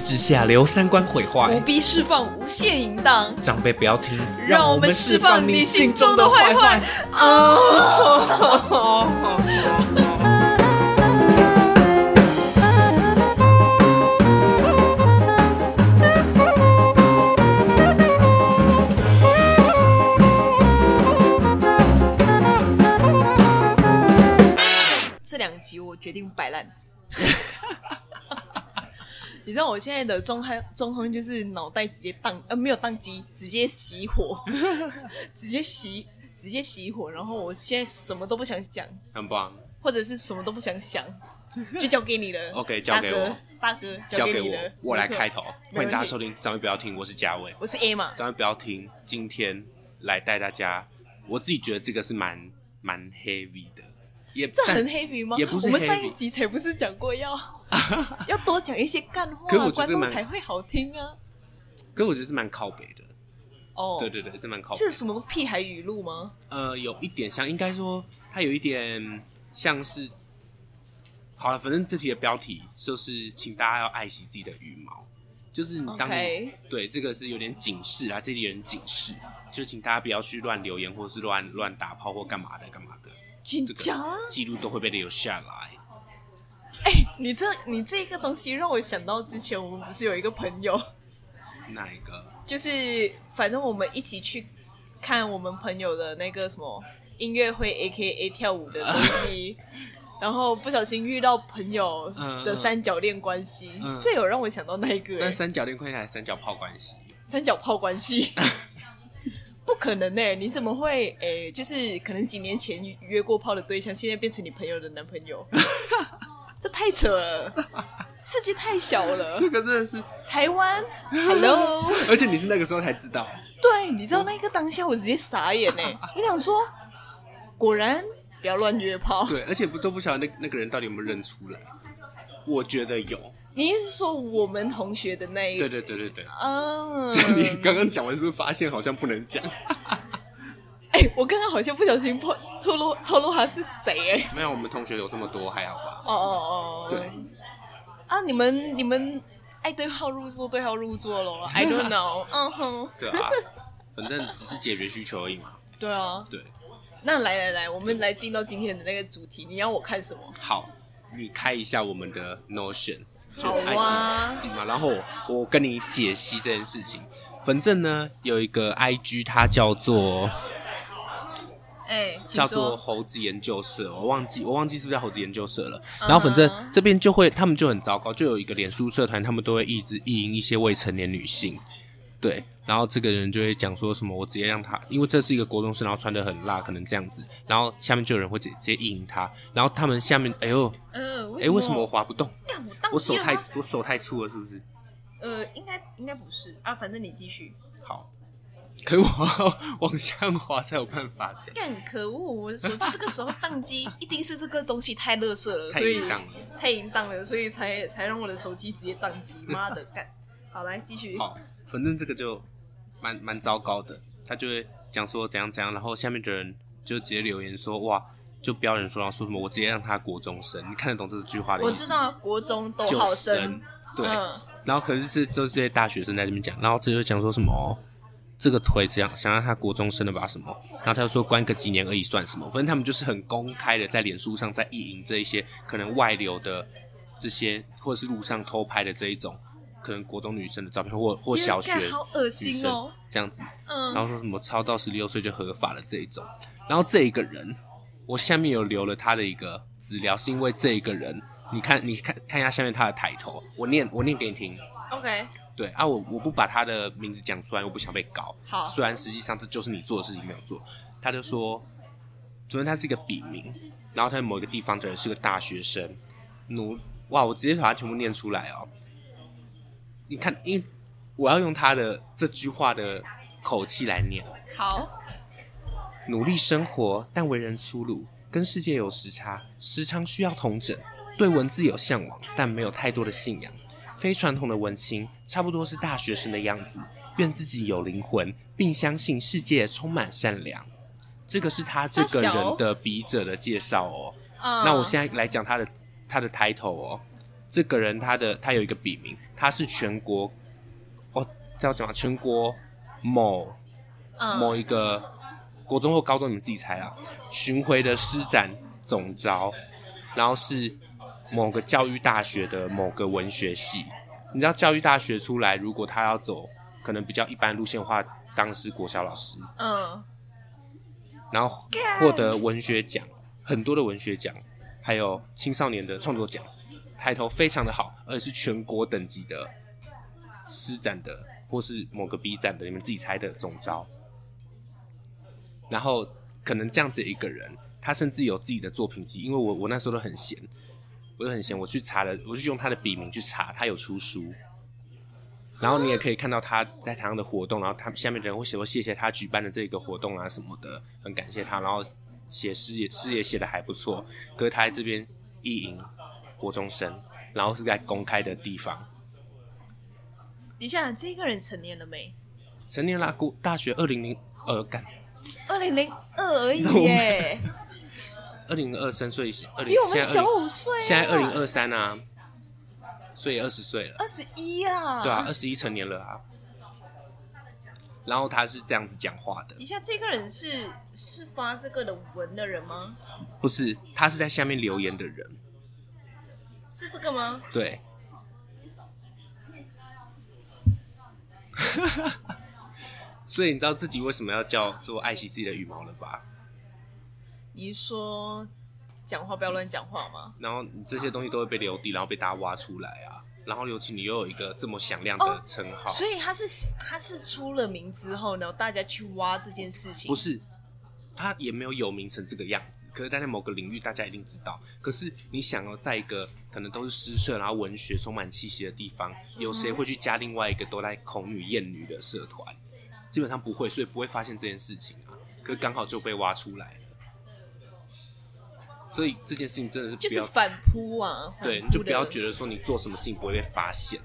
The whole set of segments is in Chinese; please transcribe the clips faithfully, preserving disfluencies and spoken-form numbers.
之下留三观毁坏， 不必释放无限淫荡。 长辈不要听， 让我们释放你心中的坏坏啊！这两集我决定摆烂。你知道我现在的状态状况就是脑袋直接宕呃没有宕机，直接熄火，直接熄直接熄火，然后我现在什么都不想讲， 很棒， 或者是什么都不想想，就交给你了。 OK， 交给我， 大哥， 交给我， 给你了， 我来开头。欢迎大家收听，长辈不要听，我是嘉伟， 我是 A 嘛， 长辈不要听，今天来带大家，我自己觉得这个是蛮蛮 heavy 的。也这很 heavy 吗？ 也不是 heavy， 我们上一集才不是讲过要要多讲一些干话，观众才会好听啊。 可是我觉得是蛮靠北的。 哦， 对对对，这蛮靠北。 是什么屁孩语录吗？ 呃，有一点像，应该说它有一点像是，好了，反正这题的标题就是请大家要爱惜自己的羽毛，就是你当你、okay. 对这个是有点警示啊，这里有点警示，就请大家不要去乱留言或是乱乱打炮或干嘛的干嘛的。 紧张， 记录都会被留下来。 哎、欸，你这你这个东西让我想到之前我们不是有一个朋友， 哪一个？ 就是反正我们一起去看我们朋友的那个什么音乐会 ，A K A 跳舞的东西，然后不小心遇到朋友的三角恋关系，嗯嗯、这有让我想到那一个、欸。 但三角恋关系还是三角炮关系？ 三角炮关系。不可能欸，你怎么会欸，就是可能几年前约过炮的对象，现在变成你朋友的男朋友？这太扯了，世界太小了。 这个真的是台湾 ，Hello。 而且你是那个时候才知道。 对，你知道那个当下我直接傻眼欸，我想说，果然不要乱约炮。 对，而且不都不晓得那那个人到底有没有认出来。我觉得有。 你意思是说我们同学的那一个？ 对对对对对。 嗯， 就你刚刚讲完是不是发现好像不能讲？ 哎、欸，我刚刚好像不小心透露透露他是谁哎、欸。 没有，我们同学有这么多，还好吧？ 哦哦哦。对。啊，你们你们爱对号入座，对号入座咯 I don't know。嗯哼。对啊，反正只是解决需求而已嘛。 对啊。 对。 那来来来，我们来进到今天的那个主题，你要我看什么？ 好，你开一下我们的 Notion。 好啊， 然后我跟你解析这件事情。反正呢，有一个 I G， 它叫做， 哎、欸， 叫做猴子研究社，我忘记我忘记是不是叫猴子研究社了。Uh-huh. 然后反正这边就会，他们就很糟糕，就有一个脸书社团，他们都会一直意淫一些未成年女性，对。然后这个人就会讲说什么，我直接让他，因为这是一个国中生，然后穿得很辣，可能这样子。然后下面就有人会直接直接意淫他，然后他们下面，哎呦， 呃， 哎，为什么我滑不动？ 我, 我手太我手太粗了，是不是？ 呃，应该应该不是啊，反正你继续。 好，可是我要往下滑才有辦法讲。 干，可恶！我手机这个时候宕机，一定是这个东西太垃圾了， 太淫荡了， 太淫荡了，所以才才让我的手机直接宕机。妈的，干！好，来继续。 好，反正这个就。蛮蛮糟糕的，他就会讲说怎样怎样，然后下面的人就直接留言说哇，就标人说，然后说什么我直接让他国中生，你看得懂这句话的意思？ 我知道国中都好生， 对、 嗯， 然后可是是就是这些大学生在这边讲，然后这就讲说什么、哦、这个腿这样想让他国中生的吧什么，然后他就说关个几年而已算什么，反正他们就是很公开的在脸书上在意淫这一些可能外流的这些或者是路上偷拍的这一种。可能国中女生的照片，或或小学女生， 好恶心哦， 这样子， 嗯， 然后说什么超到十六岁就合法了这一种，然后这一个人，我下面有留了他的一个资料，是因为这一个人，你看你看看一下下面他的抬头，我念我念给你听 ，OK， 对啊，我我不把他的名字讲出来，我不想被告， 好， 虽然实际上这就是你做的事情没有做，他就说，昨天他是一个笔名，然后他在某一个地方的人是个大学生，努哇，我直接把他全部念出来哦。你看，因为我要用他的这句话的口气来念。 好， 努力生活，但为人粗鲁，跟世界有时差，时常需要统整。对文字有向往，但没有太多的信仰。非传统的文青，差不多是大学生的样子。愿自己有灵魂，并相信世界充满善良。这个是他这个人的笔者的介绍哦。 嗯、 那我现在来讲他的他的 title 哦。 这个人他的他有一个笔名，他是全国哦，这要讲吗？全国某、嗯、某一个国中或高中，你们自己猜啊。巡回的师展总召，然后是某个教育大学的某个文学系。你知道教育大学出来，如果他要走可能比较一般路线的话，当是国小老师，嗯，然后获得文学奖，很多的文学奖，还有青少年的创作奖。抬头非常的好，而且是全国等级的师展的，或是某个 B 展的，你们自己猜的总召。然后可能这样子一个人，他甚至有自己的作品集，因为我我那时候都很闲，我就很闲，我去查了，我就用他的笔名去查，他有出书。然后你也可以看到他在台上的活动，然后他下面的人会写说谢谢他举办的这个活动啊什么的，很感谢他，然后写诗也诗也写的还不错。可是他在这边意淫国中生，然后是在公开的地方。 等一下，这个人成年了没？ 成年啦，大学二零零二干， 二零零二而已耶。 二零二三岁， 比我们小五岁。 现在二零二三啊，所以二十岁了。 二十一啊。 对啊，二十一成年了啊。然后他是这样子讲话的。 等一下，这个人是是发这个的文的人吗？ 不是，他是在下面留言的人。 是这个吗？ 对。所以你知道自己为什么要叫做爱惜自己的羽毛了吧？ 你说讲话不要乱讲话吗？ 然后你这些东西都会被留底，然后被大家挖出来啊。然后尤其你又有一个这么响亮的称号、哦， 所以他是他是出了名之后，然后大家去挖这件事情。 不是，他也没有有名成这个样子。可是，在某个领域，大家一定知道。可是，你想要在一个可能都是诗社，然后文学充满气息的地方，有谁会去加另外一个都在孔女艳女的社团？基本上不会，所以不会发现这件事情啊。可是刚好就被挖出来了，所以这件事情真的是不要就是反扑啊！ 对，你就不要觉得说你做什么事情不会被发现。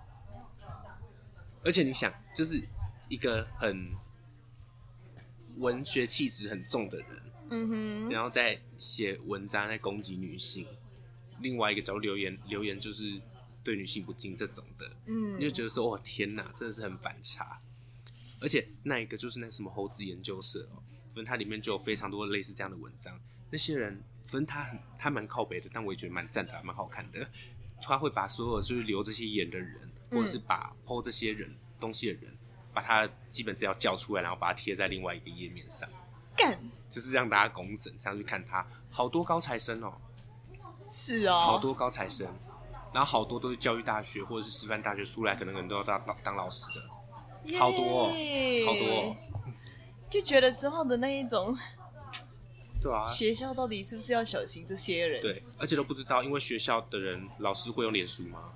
而且你想，就是一个很文学气质很重的人。嗯哼，然后再写文章在攻击女性，另外一个角度留言留言就是对女性不敬这种的，嗯，你就觉得说，哦天哪，真的是很反差。而且那一个就是那什么猴子研究社哦，反正它里面就有非常多类似这样的文章。那些人，反正他很他蛮靠北的，但我也觉得蛮赞的，蛮好看的。他会把所有就是留这些言的人，或者是把 po 这些人东西的人，把他基本资料叫出来，然后把它贴在另外一个页面上。干，就是让大家公审，这样去看他，好多高材生哦， 是哦， 好多高材生，然后好多都是教育大学或者是师范大学出来，可能人都要当当老师的，好多哦，好多哦， 就觉得之后的那一种， 对啊， 学校到底是不是要小心这些人？ 对，而且都不知道，因为学校的人老师会用脸书吗？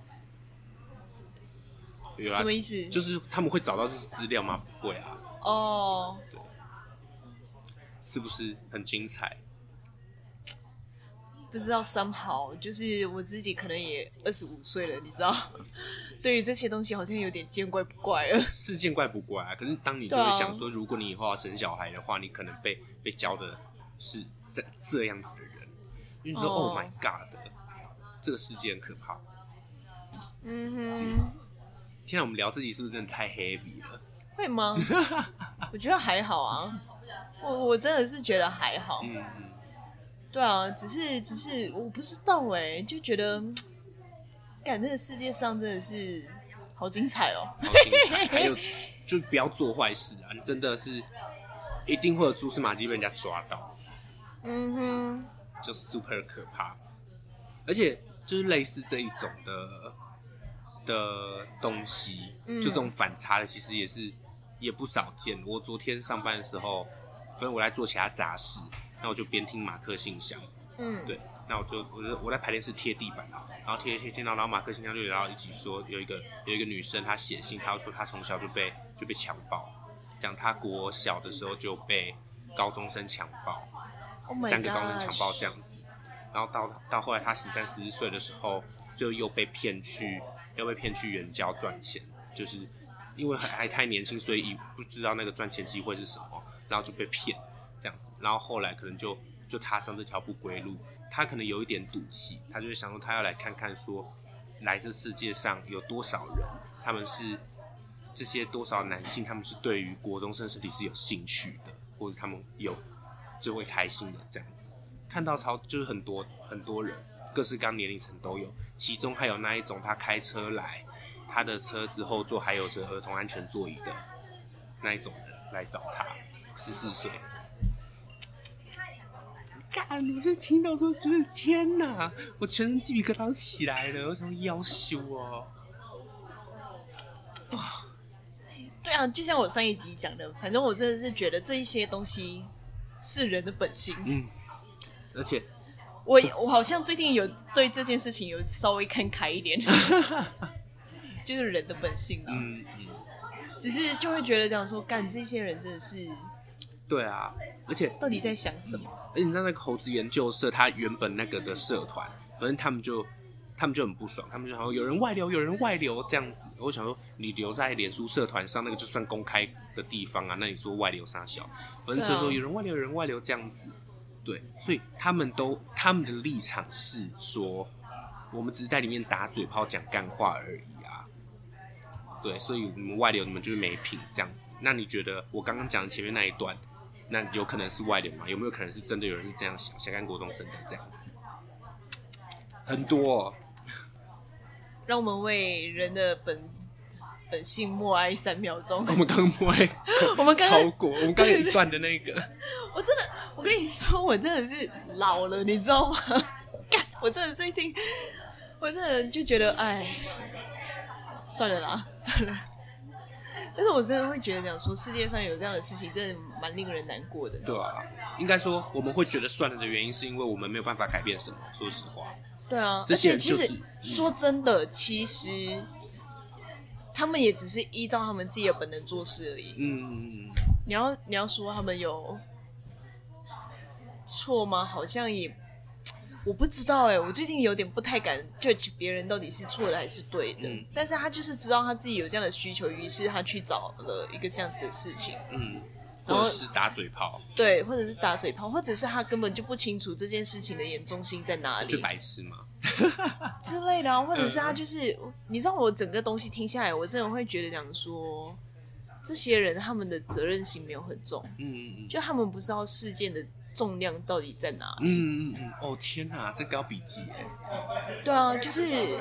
什么意思？ 就是他们会找到这些资料吗？不会啊。 哦。 对。是不是很精彩？ 不知道 somehow 就是我自己可能也二十五岁了，你知道，对于这些东西好像有点见怪不怪了。 是见怪不怪啊，可是当你就会想说，如果你以后要生小孩的话，你可能被被教的是这这样子的人，因为你说、oh. Oh my God， 这个世界很可怕。嗯哼，天啊，我们聊自己是不是真的太 heavy 了？ 会吗？我觉得还好啊。我我真的是觉得还好，嗯嗯，对啊，只是只是我不知道哎、欸，就觉得，干这个世界上真的是好精彩哦， 好精彩，还有就不要做坏事啊，你真的是一定会有蛛丝马迹被人家抓到，嗯哼，就 super 可怕，而且就是类似这一种的的东西，嗯、就这种反差的，其实也是也不少见。我昨天上班的时候。反正我在做其他杂事，那我就边听马克信箱，嗯，对，那我就我就我在排练室贴地板啊，然后贴贴贴到，然后马克信箱就聊到一起说，有一个有一个女生她写信，她说她从小就被就被强暴，讲她国小的时候就被高中生强暴， oh、 三个高中生强暴这样子，然后到到后来她十三十四岁的时候，就又被骗去又被骗去援交赚钱，就是因为还还太年轻，所以不知道那个赚钱机会是什么。然后就被骗这样子，然后后来可能就就踏上这条不归路。他可能有一点赌气，他就会想说他要来看看说， 来这世界上有多少人，他们是这些多少男性，他们是对于国中生身体是有兴趣的，或者他们有就会开心的这样子。看到超就是很多很多人，各式各样年龄层都有，其中还有那一种他开车来，他的车子后座还有着儿童安全座椅的那一种人来找他，十四岁。干！我是听到说，就是天哪，我全身鸡皮疙瘩都起来了，我想要羞哦。 哇，对啊，就像我上一集讲的，反正我真的是觉得这一些东西是人的本性。 嗯，而且我我好像最近有对这件事情有稍微看开一点，就是人的本性啊。嗯嗯，只是就会觉得这样说，干这些人真的是。 对啊，而且到底在想什么？ 而且你知道那个猴子研究社，他原本那个的社团，反正他们就他们就很不爽，他们就想说有人外流，有人外流这样子。我想说，你留在脸书社团上那个就算公开的地方啊，那你说外流啥小？反正就说有人外流，有人外流这样子。对，所以他们都他们的立场是说，我们只是在里面打嘴炮讲干话而已啊。对，所以你们外流，你们就是没品这样子。那你觉得我刚刚讲前面那一段？那有可能是外流吗？有没有可能是真的有人是这样想，想干国中生的这样子？很多、哦。 让我们为人的本本性默哀三秒钟。 我们刚默哀， 我们刚超过，我们刚有一段的那个。 我真的，我跟你说，我真的是老了，你知道吗？干，我真的最近，我真的就觉得，哎，算了啦，算了。但是我真的会觉得讲说世界上有这样的事情真的蛮令人难过的。 对啊，应该说我们会觉得算了的原因是因为我们没有办法改变什么，说实话。 对啊， 而且其实、嗯、说真的，其实他们也只是依照他们自己的本能做事而已。嗯，你要你要说他们有错吗？好像也我不知道哎、欸，我最近有点不太敢 judge 别人到底是错的还是对的、嗯。但是他就是知道他自己有这样的需求，于是他去找了一个这样子的事情。嗯， 或者是打嘴炮。 对，或者是打嘴炮，或者是他根本就不清楚这件事情的严重性在哪里。 就白痴嘛之类的、啊，或者是他就是、嗯，你知道我整个东西听下来，我真的会觉得讲说，这些人他们的责任心没有很重。嗯嗯嗯，就他们不知道事件的重量到底在哪里？ 嗯嗯嗯，哦天哪，这个要笔记哎。 对啊，就是，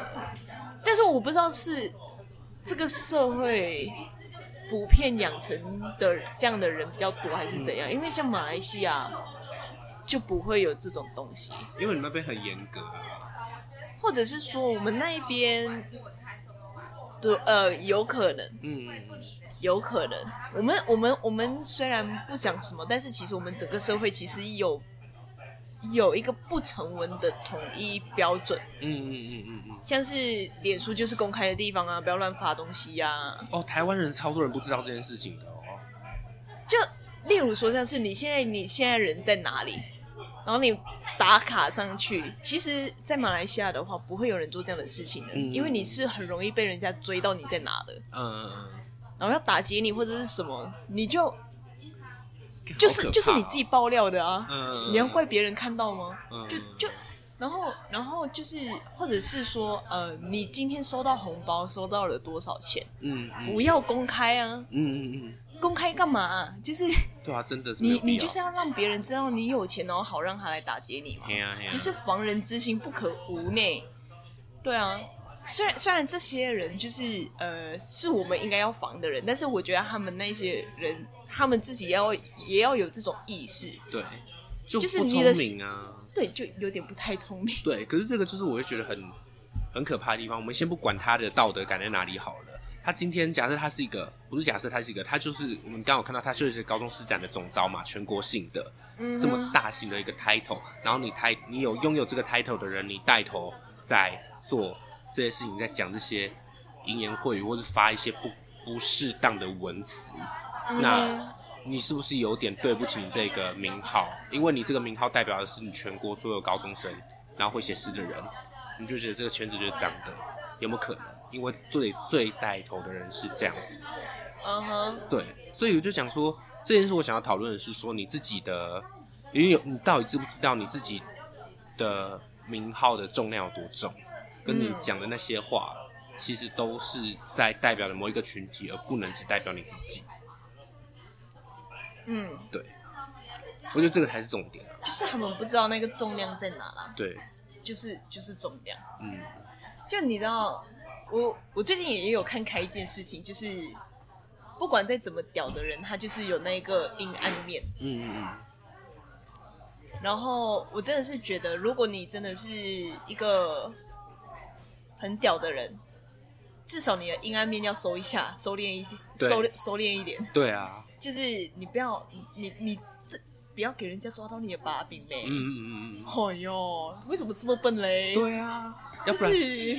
但是我不知道是这个社会普遍养成的这样的人比较多，还是怎样？嗯、因为像马来西亚就不会有这种东西， 因为你们那边很严格啊。 或者是说我们那一边的呃，有可能，嗯。有可能，我们我们我们虽然不讲什么，但是其实我们整个社会其实有有一个不成文的统一标准。嗯嗯嗯嗯嗯，像是脸书就是公开的地方啊，不要乱发东西啊。 哦，台湾人超多人不知道这件事情的哦。 就例如说，像是你现在你现在人在哪里，然后你打卡上去，其实，在马来西亚的话，不会有人做这样的事情的，嗯、因为你是很容易被人家追到你在哪的。嗯嗯嗯。然后要打劫你或者是什么，你就就是就是你自己爆料的啊，嗯、你要怪别人看到吗？嗯、就就然后然后就是或者是说呃，你今天收到红包收到了多少钱？嗯，嗯不要公开啊。嗯嗯嗯，公开干嘛、啊？就是对啊，真的是你你就是要让别人知道你有钱，然后好让他来打劫你嘛。啊啊、就是防人之心不可无呢。对啊。虽然虽然这些人就是呃是我们应该要防的人，但是我觉得他们那些人，他们自己要也要有这种意识。 对，就不聪明啊。 就是你的对，就有点不太聪明。 对，可是这个就是我会觉得很很可怕的地方。我们先不管他的道德感在哪里好了。他今天假设他是一个，不是假设他是一个，他就是我们刚好看到他就是高中师展的总召嘛，全国性的、嗯、这么大型的一个 title， 然后你抬你有拥有这个 title 的人，你带头在做。这些事情在讲这些淫言秽语，或是发一些不不适当的文词、嗯，那你是不是有点对不起你这个名号？因为你这个名号代表的是你全国所有高中生，然后会写诗的人，你就觉得这个圈子就是这样的，有没有可能？因为最最带头的人是这样子，嗯哼，对，所以我就讲说，这件事我想要讨论的是说，你自己的，因为你到底知不知道你自己的名号的重量有多重？ 跟你讲的那些话，嗯、其实都是在代表的某一个群体，而不能只代表你自己。嗯，对，我觉得这个才是重点、啊。 就是他们不知道那个重量在哪啦。 对， 就是就是重量。 嗯，就你知道，我我最近也有看开一件事情，就是不管再怎么屌的人，他就是有那个阴暗面。嗯嗯嗯。然后我真的是觉得，如果你真的是一个很屌的人，至少你的阴暗面要收一下，收敛一收收敛一点。 对啊。 就是你不要你你不要给人家抓到你的把柄呗。嗯嗯嗯嗯。哎呦，为什么这么笨嘞？ 对啊，要不然、就是、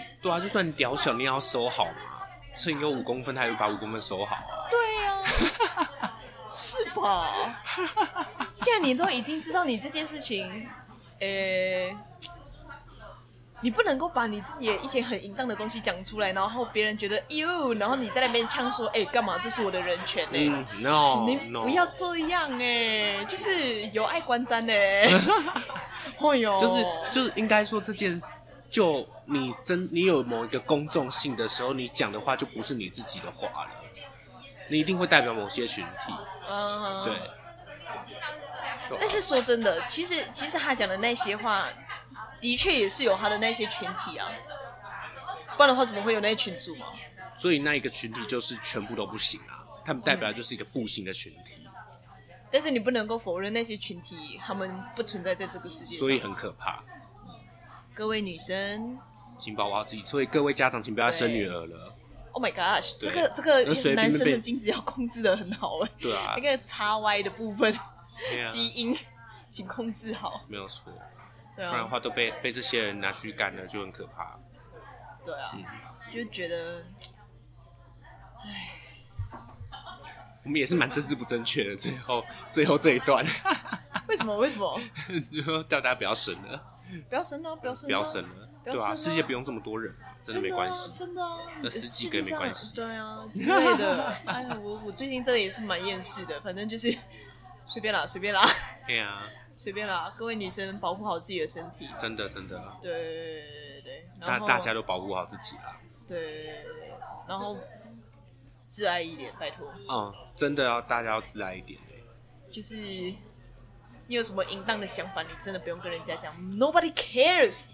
对啊，就算你屌小，你也要收好嘛。趁有五公分，他就把五公分收好啊。 对啊，是吧？既然你都已经知道你这件事情，呃。你不能够把你自己的一些很淫荡的东西讲出来，然后别人觉得哟，然后你在那边呛说，哎、欸，干嘛？这是我的人权呢、欸嗯、 ？No， 你不要这样哎、欸，就是有爱观瞻哎、欸。哎呦， 就是就是应该说这件，就你真你有某一个公众性的时候，你讲的话就不是你自己的话了，你一定会代表某些群体。嗯，对。 但是说真的，其实其实他讲的那些话。的确也是有他的那些群体啊，不然的话怎么会有那些群组嘛？ 所以那一个群体就是全部都不行啊，他们代表就是一个不行的群体。嗯、 但是你不能够否认那些群体，他们不存在在这个世界上， 所以很可怕。 各位女生， 请保护好自己。所以各位家长，请不要生女儿了。 Oh my gosh， 这个这个男生的精子要控制得很好哎、欸。 对啊， 那个叉 Y 的部分，啊、基因请控制好。 没有错。不然的话都被被这些人拿去干了，就很可怕。 对啊，嗯、就觉得，唉， 我们也是蛮政治不正确的。最后最后这一段， 为什么？为什么？ 叫大家不要生了， 不要生了，不要生了， 不要生了，对吧、啊？世界不用这么多人，真的没关系， 真的、啊， 那十几个也没关系。 对啊，之类的。哎呀，我我最近真的也是蛮厌世的，反正就是随便啦，随便啦。 对啊。 随便啦，各位女生保护好自己的身体。 真的真的。 对对对， 大大家都保护好自己啦。 对，然后自爱一点，拜托。 嗯，真的要大家要自爱一点。 就是你有什么淫荡的想法，你真的不用跟人家讲 ，Nobody cares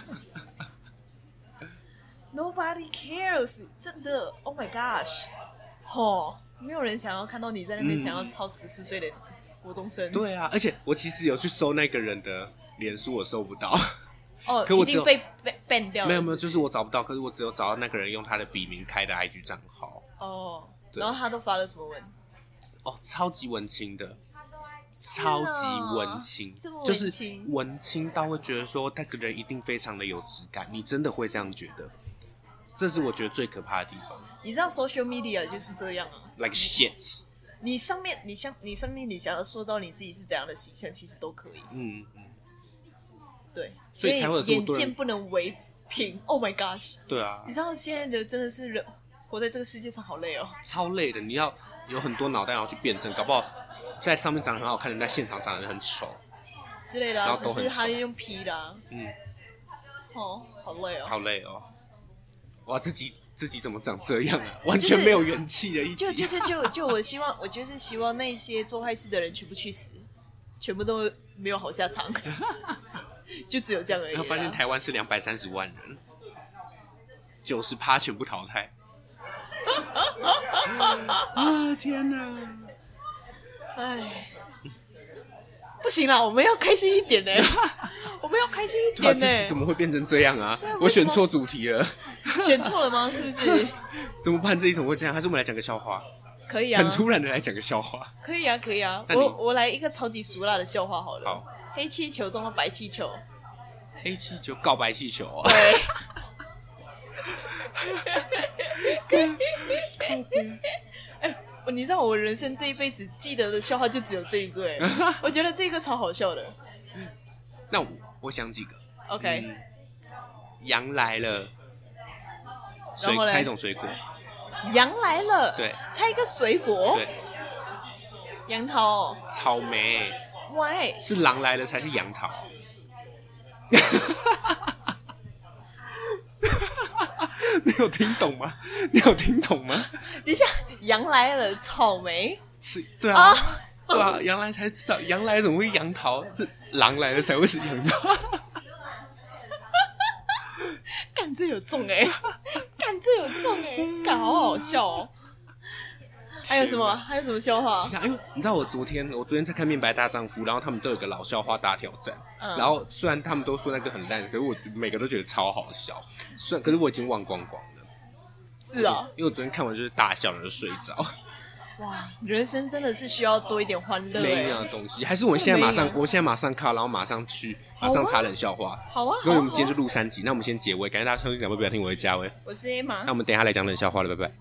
。Nobody cares， 真的 ，Oh my gosh， 吼，没有人想要看到你在那边想要操十四岁的。国中生。 对啊，而且我其实有去搜那个人的脸书，我搜不到。 哦，可我已经被 ban 掉了。 没有没有，就是我找不到，可是我只有找到那个人用他的笔名开的 I G 账号。 哦，然后他都发了什么文？ 哦，超级文青的，超级文青， 这么文青，就是文青到会觉得说那个人一定非常的有质感，你真的会这样觉得？这是我觉得最可怕的地方。 你知道 social media 就是这样啊 ，like shit。 你上面，你想，你上面，你想要塑造你自己是怎样的形象，其实都可以。嗯嗯。对， 所以才会有这么多人眼见不能为凭。Oh my gosh！ 对啊。 你知道现在的真的是人活在这个世界上好累哦。 超累的，你要有很多脑袋要去辩证，搞不好在上面长得很好看，人在现场长得很丑之类的、啊，只是他用 P 的、啊。嗯。哦，好累哦。 好累哦。哇，自己。自己怎么长这样啊？完全没有元气的一集。 就就就就就我希望，我就是希望那些做坏事的人全部去死，全部都没有好下场，就只有这样而已。 然后发现台湾是两百三十万人，九十趴全部淘汰。啊天哪！哎， 不行啦，我们要开心一点呢、欸。我们要开心一点呢、欸。 自己怎么会变成这样啊？我选错主题了。 选错了吗？是不是？ 怎么办？这一怎么会这样？还是我们来讲个笑话？ 可以啊。 很突然的来讲个笑话。 可以啊，可以啊。我我来一个超级俗辣的笑话好了。 好。 黑气球中的白气球。 黑气球告白气球啊。 对。哎、欸，你知道我人生这一辈子记得的笑话就只有这一个哎、欸，我觉得这个超好笑的。 那我我想几个。 OK。 嗯、羊来了。水猜一种水果。 羊来了。 对。 猜一个水果。 对。 杨桃。 草莓。 喂。 是狼来了才是杨桃。 你有听懂吗？你有听懂吗？ 等一下，羊来了，草莓。 吃对啊，啊对啊，羊来才知道，羊来怎么会杨桃？是狼来了才会是杨桃。 干这有中哎、欸，干这有中哎、欸，干好好笑哦。还有什么？还有什么笑话？ 因为你知道我昨天，我昨天在看《面白大丈夫》，然后他们都有个老笑话大挑战。嗯、然后虽然他们都说那个很烂，可是我每个都觉得超好笑。虽然可是我已经忘光光了。 是啊， 因为我昨天看完就是大笑，然后就睡着。 哇，人生真的是需要多一点欢乐、欸。 没一样的东西，还是我们现在马上，我现在马上看，然后马上去，马上查冷笑话。 好啊， 因为我们今天就录三集，那我们先结尾，感谢大家收听，两位不要听我的嘉威， 我是 A 玛， 那我们等一下来讲冷笑话了，拜拜。